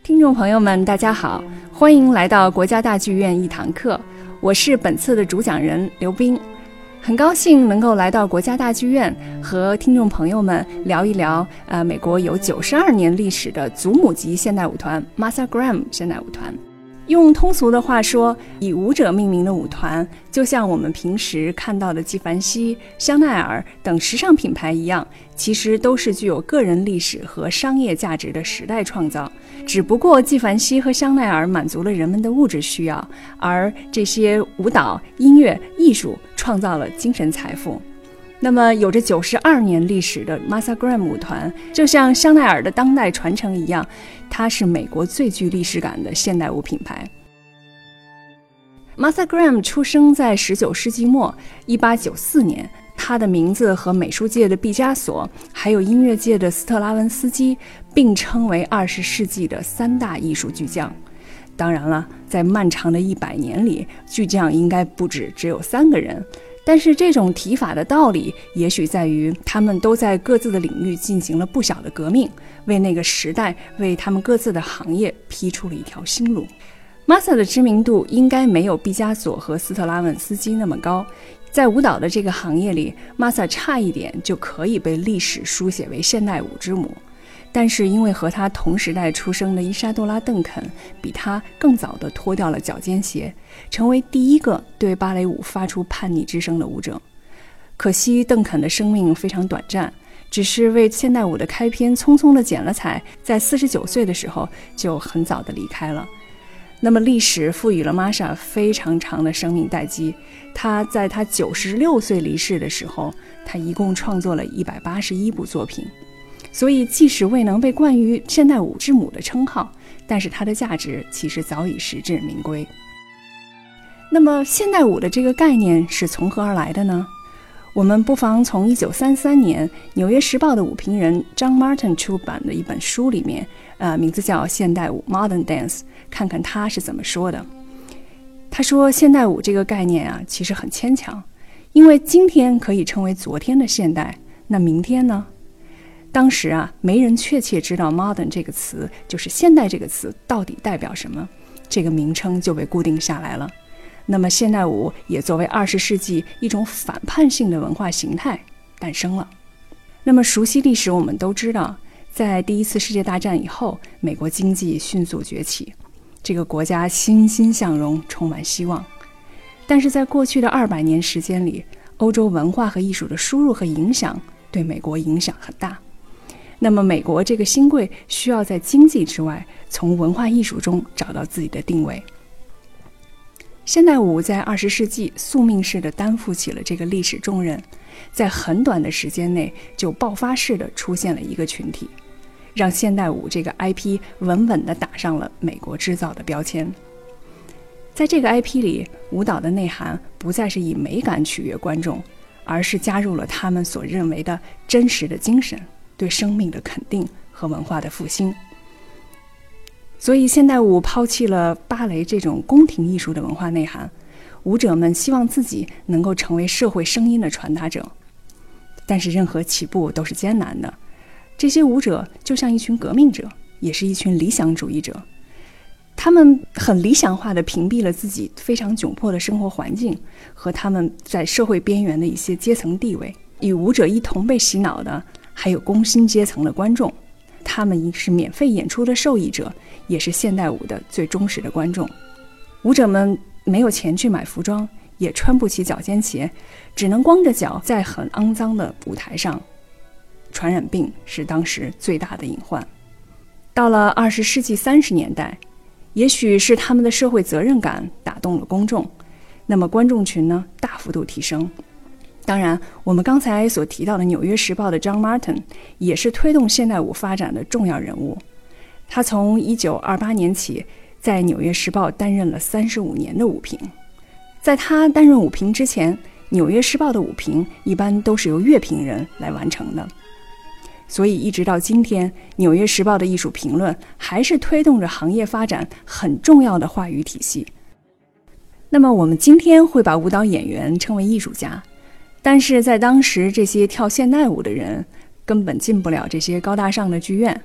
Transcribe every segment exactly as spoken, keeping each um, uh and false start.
听众朋友们大家好，欢迎来到国家大剧院一堂课，我是本次的主讲人刘冰。很高兴能够来到国家大剧院，和听众朋友们聊一聊呃，美国有九十二年历史的祖母级现代舞团 Martha Graham 现代舞团。用通俗的话说，以舞者命名的舞团就像我们平时看到的纪梵希、香奈儿等时尚品牌一样，其实都是具有个人历史和商业价值的时代创造。只不过纪梵希和香奈儿满足了人们的物质需要，而这些舞蹈、音乐、艺术创造了精神财富。那么有着九十二年历史的 Martha Graham 舞团，就像香奈儿的当代传承一样，它是美国最具历史感的现代舞品牌。Martha Graham 出生在十九世纪末一八九四年，他的名字和美术界的毕加索还有音乐界的斯特拉文斯基并称为二十世纪的三大艺术巨匠。当然了，在漫长的一百年里，巨匠应该不止只有三个人，但是这种提法的道理也许在于他们都在各自的领域进行了不小的革命，为那个时代，为他们各自的行业劈出了一条新路。Martha 的知名度应该没有毕加索和斯特拉文斯基那么高，在舞蹈的这个行业里， Martha 差一点就可以被历史书写为现代舞之母。但是因为和他同时代出生的伊莎多拉·邓肯比他更早地脱掉了脚尖鞋，成为第一个对芭蕾舞发出叛逆之声的舞者。可惜邓肯的生命非常短暂，只是为现代舞的开篇匆匆地剪了彩，在四十九岁的时候就很早地离开了。那么历史赋予了玛莎非常长的生命待机，她在她九十六岁离世的时候，她一共创作了一百八十一部作品。所以即使未能被冠于现代舞之母的称号，但是它的价值其实早已实至名归。那么现代舞的这个概念是从何而来的呢？我们不妨从一九三三年纽约时报的舞评人 John Martin 出版的一本书里面，呃，名字叫《现代舞 Modern Dance》，看看他是怎么说的。他说现代舞这个概念啊，其实很牵强，因为今天可以称为昨天的现代，那明天呢？当时啊，没人确切知道 modern 这个词，就是现代这个词到底代表什么，这个名称就被固定下来了。那么现代舞也作为二十世纪一种反叛性的文化形态诞生了。那么熟悉历史我们都知道，在第一次世界大战以后，美国经济迅速崛起，这个国家欣欣向荣，充满希望。但是在过去的二百年时间里，欧洲文化和艺术的输入和影响对美国影响很大。那么美国这个新贵需要在经济之外，从文化艺术中找到自己的定位。现代舞在二十世纪宿命式地担负起了这个历史重任，在很短的时间内就爆发式地出现了一个群体，让现代舞这个 I P 稳稳地打上了美国制造的标签。在这个 I P 里，舞蹈的内涵不再是以美感取悦观众，而是加入了他们所认为的真实的精神，对生命的肯定和文化的复兴。所以现代舞抛弃了芭蕾这种宫廷艺术的文化内涵，舞者们希望自己能够成为社会声音的传达者。但是任何起步都是艰难的，这些舞者就像一群革命者，也是一群理想主义者。他们很理想化地屏蔽了自己非常窘迫的生活环境和他们在社会边缘的一些阶层地位。与舞者一同被洗脑的还有工薪阶层的观众，他们是免费演出的受益者，也是现代舞的最忠实的观众。舞者们没有钱去买服装，也穿不起脚尖鞋，只能光着脚在很肮脏的舞台上。传染病是当时最大的隐患。到了二十世纪三十年代，也许是他们的社会责任感打动了公众，那么观众群呢大幅度提升。当然，我们刚才所提到的《纽约时报》的 John Martin 也是推动现代舞发展的重要人物。他从一九二八年起，在《纽约时报》担任了三十五年的舞评。在他担任舞评之前，《纽约时报》的舞评一般都是由乐评人来完成的。所以一直到今天，《纽约时报》的艺术评论还是推动着行业发展很重要的话语体系。那么我们今天会把舞蹈演员称为艺术家，但是在当时，这些跳现代舞的人根本进不了这些高大上的剧院，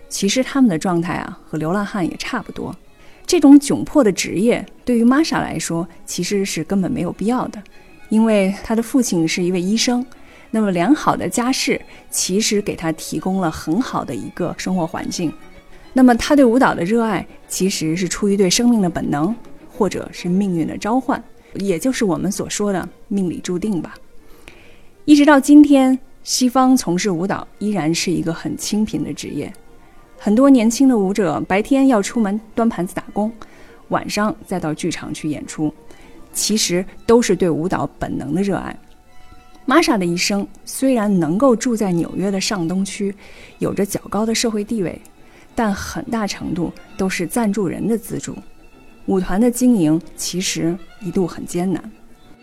其实他们的状态啊和流浪汉也差不多。这种窘迫的职业对于玛莎来说其实是根本没有必要的，因为她的父亲是一位医生，那么良好的家世其实给她提供了很好的一个生活环境。那么她对舞蹈的热爱其实是出于对生命的本能，或者是命运的召唤，也就是我们所说的命里注定吧。一直到今天，西方从事舞蹈依然是一个很清贫的职业，很多年轻的舞者白天要出门端盘子打工，晚上再到剧场去演出，其实都是对舞蹈本能的热爱。玛莎的一生虽然能够住在纽约的上东区，有着较高的社会地位，但很大程度都是赞助人的资助，舞团的经营其实一度很艰难。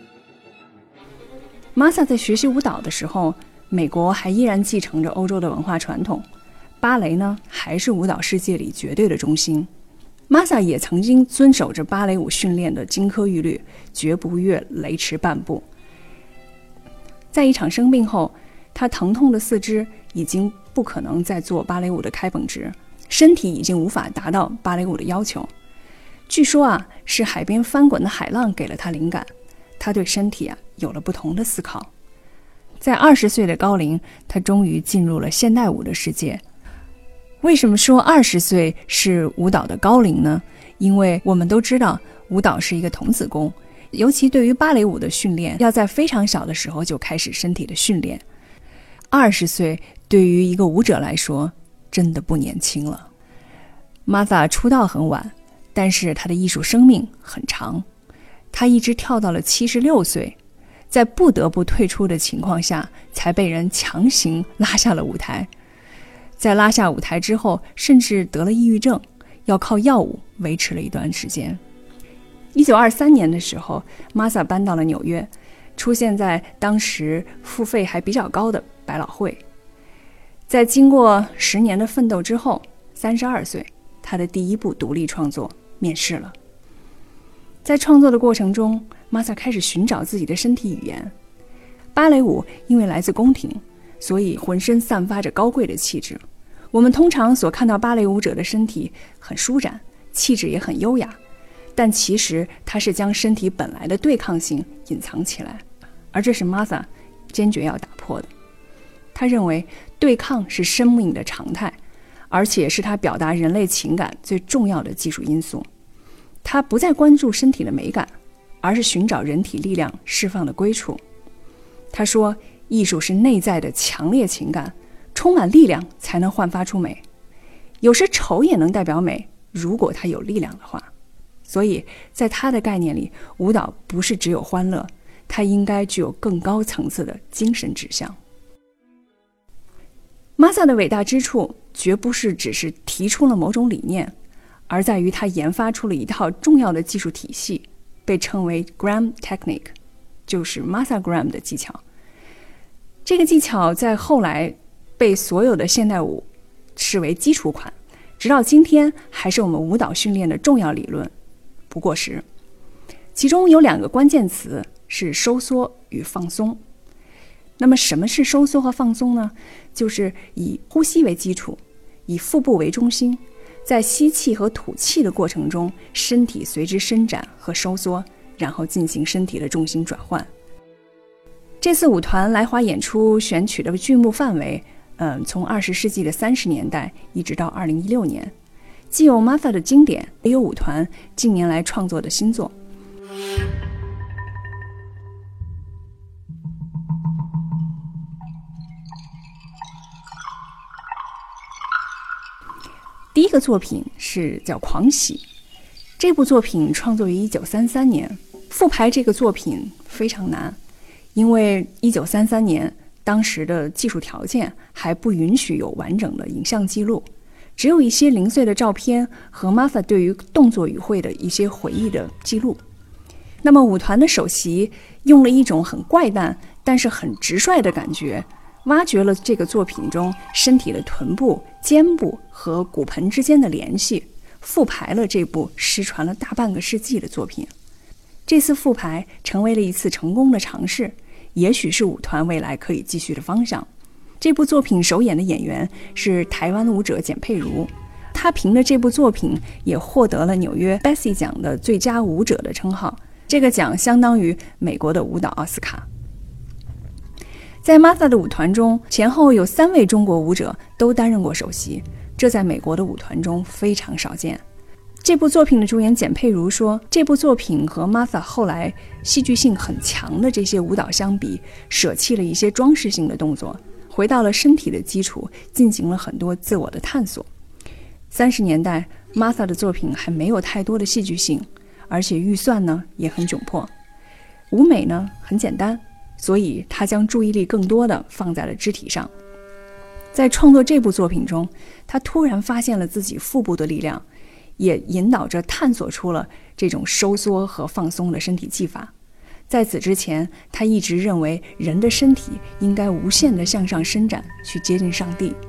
玛莎在学习舞蹈的时候，美国还依然继承着欧洲的文化传统，芭蕾呢还是舞蹈世界里绝对的中心。玛莎也曾经遵守着芭蕾舞训练的金科玉律，绝不越雷池半步。在一场生病后，她疼痛的四肢已经不可能再做芭蕾舞的开绷直，身体已经无法达到芭蕾舞的要求。据说啊，是海边翻滚的海浪给了她灵感，她对身体啊有了不同的思考。在二十岁的高龄，她终于进入了现代舞的世界。为什么说二十岁是舞蹈的高龄呢？因为我们都知道舞蹈是一个童子功，尤其对于芭蕾舞的训练，要在非常小的时候就开始身体的训练。二十岁对于一个舞者来说真的不年轻了。Martha 出道很晚，但是她的艺术生命很长，她一直跳到了七十六岁，在不得不退出的情况下，才被人强行拉下了舞台。在拉下舞台之后，甚至得了抑郁症，要靠药物维持了一段时间。一九二三年的时候， Martha 搬到了纽约，出现在当时付费还比较高的百老汇。在经过十年的奋斗之后，三十二岁，她的第一部独立创作面世了。在创作的过程中， Martha 开始寻找自己的身体语言。芭蕾舞因为来自宫廷，所以浑身散发着高贵的气质。我们通常所看到芭蕾舞者的身体很舒展，气质也很优雅，但其实它是将身体本来的对抗性隐藏起来，而这是 Martha 坚决要打破的。他认为对抗是生命的常态，而且是他表达人类情感最重要的技术因素。他不再关注身体的美感，而是寻找人体力量释放的归处。他说，艺术是内在的强烈情感，充满力量才能焕发出美。有时丑也能代表美，如果它有力量的话。所以在他的概念里，舞蹈不是只有欢乐，它应该具有更高层次的精神指向。Martha 的伟大之处绝不是只是提出了某种理念，而在于他研发出了一套重要的技术体系，被称为 Graham Technique， 就是 Martha Graham 的技巧。这个技巧在后来被所有的现代舞视为基础款，直到今天还是我们舞蹈训练的重要理论，不过时。其中有两个关键词是收缩与放松。那么什么是收缩和放松呢？就是以呼吸为基础，以腹部为中心，在吸气和吐气的过程中，身体随之伸展和收缩，然后进行身体的重心转换。这次舞团来华演出选取的剧目范围，嗯，从二十世纪的三十年代一直到二零一六年，既有 Martha 的经典，也有舞团近年来创作的新作。第一个作品是叫《狂喜》，这部作品创作于一九三三年。复排这个作品非常难，因为一九三三年当时的技术条件还不允许有完整的影像记录，只有一些零碎的照片和 Martha 对于动作语汇的一些回忆的记录。那么舞团的首席用了一种很怪诞但是很直率的感觉，挖掘了这个作品中身体的臀部、肩部和骨盆之间的联系，复排了这部失传了大半个世纪的作品。这次复排成为了一次成功的尝试，也许是舞团未来可以继续的方向。 这部作品首演的演员是台湾舞者简佩如，她凭着这部作品也获得了纽约 Bessie 奖的最佳舞者的称号，这个奖相当于美国的舞蹈奥斯卡。在 Martha 的舞团中，前后有三位中国舞者都担任过首席，这在美国的舞团中非常少见。这部作品的主演简佩如说，这部作品和 Martha 后来戏剧性很强的这些舞蹈相比，舍弃了一些装饰性的动作，回到了身体的基础，进行了很多自我的探索。三十年代 Martha 的作品还没有太多的戏剧性，而且预算呢也很窘迫，舞美呢很简单，所以他将注意力更多的放在了肢体上。在创作这部作品中，他突然发现了自己腹部的力量，也引导着探索出了这种收缩和放松的身体技法。在此之前，他一直认为人的身体应该无限地向上伸展，去接近上帝。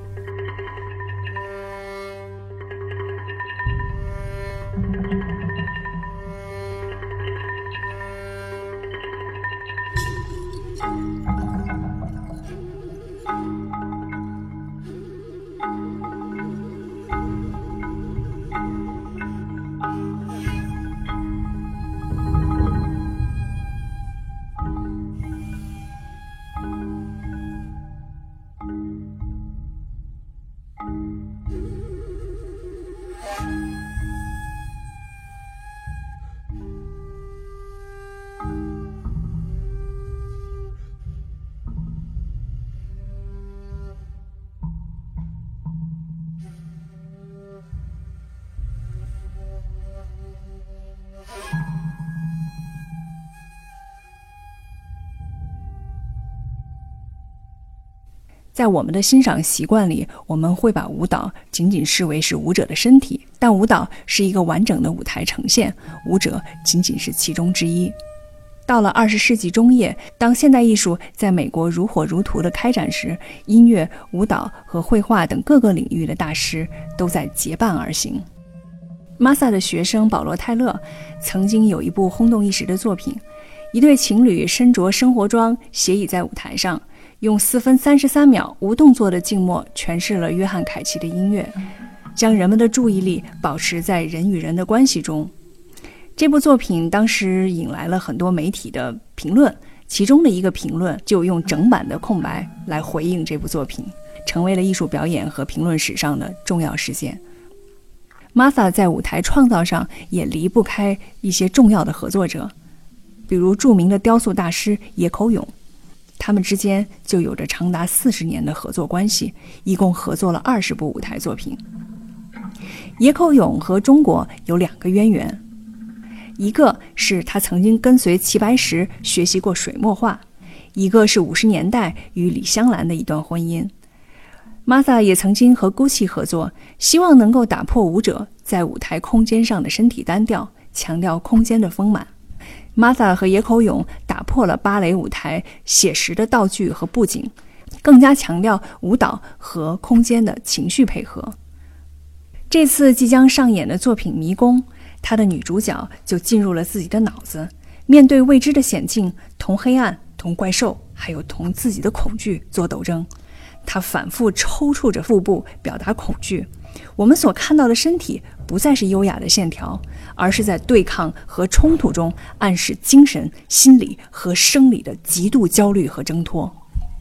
在我们的欣赏习惯里，我们会把舞蹈仅仅视为是舞者的身体，但舞蹈是一个完整的舞台呈现，舞者仅仅是其中之一。到了二十世纪中叶，当现代艺术在美国如火如荼的开展时，音乐、舞蹈和绘画等各个领域的大师都在结伴而行。Martha 的学生保罗·泰勒曾经有一部轰动一时的作品，一对情侣身着生活装斜倚在舞台上，用四分三十三秒无动作的静默诠释了约翰凯奇的音乐，将人们的注意力保持在人与人的关系中。这部作品当时引来了很多媒体的评论，其中的一个评论就用整版的空白来回应这部作品，成为了艺术表演和评论史上的重要事件。Martha 在舞台创造上也离不开一些重要的合作者，比如著名的雕塑大师野口勇，他们之间就有着长达四十年的合作关系，一共合作了二十部舞台作品。野口勇和中国有两个渊源，一个是他曾经跟随齐白石学习过水墨画，一个是五十年代与李香兰的一段婚姻。Martha 也曾经和 Gucci 合作，希望能够打破舞者在舞台空间上的身体单调，强调空间的丰满。Martha 和野口勇打破了芭蕾舞台写实的道具和布景，更加强调舞蹈和空间的情绪配合。这次即将上演的作品《迷宫》，她的女主角就进入了自己的脑子，面对未知的险境，同黑暗、同怪兽，还有同自己的恐惧做斗争。她反复抽搐着腹部表达恐惧。我们所看到的身体不再是优雅的线条，而是在对抗和冲突中暗示精神、心理和生理的极度焦虑和挣脱。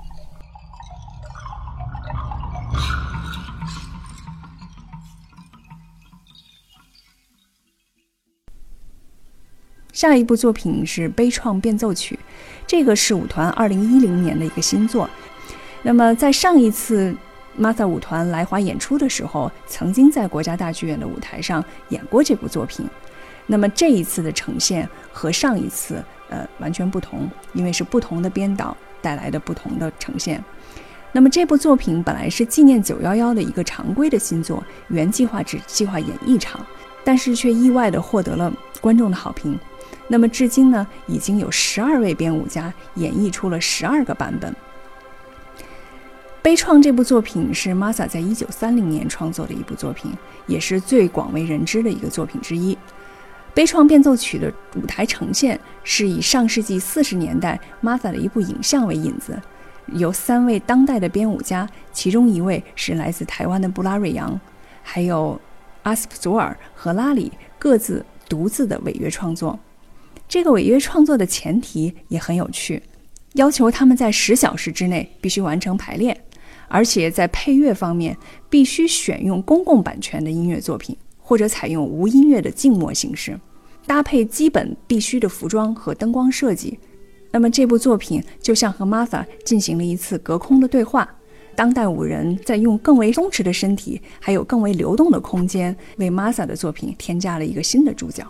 下一部作品是《悲怆变奏曲》，这个是舞团二零一零年的一个新作。那么在上一次 Martha 舞团来华演出的时候，曾经在国家大剧院的舞台上演过这部作品。那么这一次的呈现和上一次呃完全不同，因为是不同的编导带来的不同的呈现。那么这部作品本来是纪念九一一的一个常规的新作，原计划只计划演一场，但是却意外地获得了观众的好评。那么至今呢，已经有十二位编舞家演绎出了十二个版本。悲怆这部作品是 Martha 在一九三零年创作的一部作品，也是最广为人知的一个作品之一。悲怆变奏曲的舞台呈现是以上世纪四十年代 Martha 的一部影像为引子， 由三位当代的编舞家，其中一位是来自台湾的布拉瑞扬，还有阿斯普佐尔和拉里各自独自的违约创作。这个违约创作的前提也很有趣，要求他们在十小时之内必须完成排练，而且在配乐方面必须选用公共版权的音乐作品，或者采用无音乐的静默形式，搭配基本必须的服装和灯光设计。那么这部作品就像和 Martha 进行了一次隔空的对话，当代舞人在用更为松弛的身体还有更为流动的空间，为 Martha 的作品添加了一个新的主角。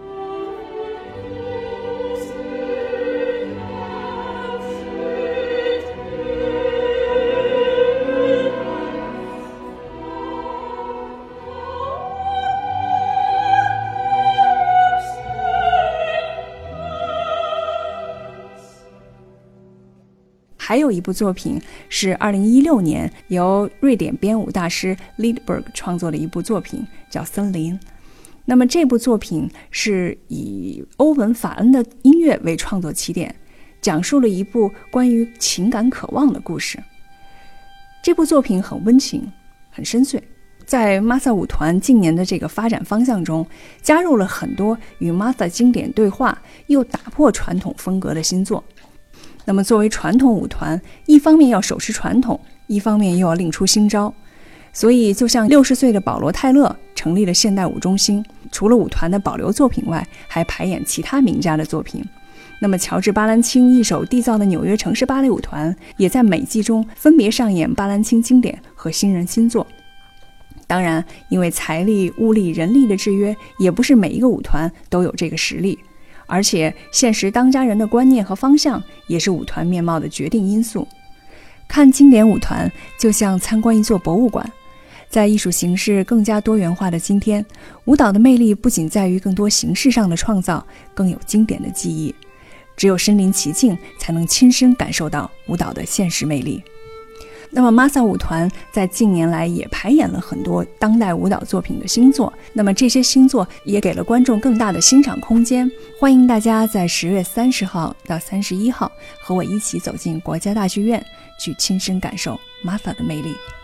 还有一部作品是二零一六年由瑞典编舞大师 Lidberg 创作的一部作品，叫《森林》。那么这部作品是以欧文·法恩的音乐为创作起点，讲述了一部关于情感渴望的故事。这部作品很温情，很深邃，在 Martha 舞团近年的这个发展方向中，加入了很多与 Martha 经典对话又打破传统风格的新作。那么作为传统舞团，一方面要手持传统，一方面又要另出新招，所以就像六十岁的保罗·泰勒成立了现代舞中心，除了舞团的保留作品外，还排演其他名家的作品。那么乔治·巴兰钦一手缔造的纽约城市芭蕾舞团，也在每季中分别上演巴兰钦经典和新人新作。当然，因为财力、物力、人力的制约，也不是每一个舞团都有这个实力。而且现实当家人的观念和方向也是舞团面貌的决定因素。看经典舞团就像参观一座博物馆，在艺术形式更加多元化的今天，舞蹈的魅力不仅在于更多形式上的创造，更有经典的记忆。只有身临其境，才能亲身感受到舞蹈的现实魅力。那么 Martha 舞团在近年来也排演了很多当代舞蹈作品的新作，那么这些新作也给了观众更大的欣赏空间。欢迎大家在十月三十号到三十一号和我一起走进国家大剧院，去亲身感受 Martha 的魅力。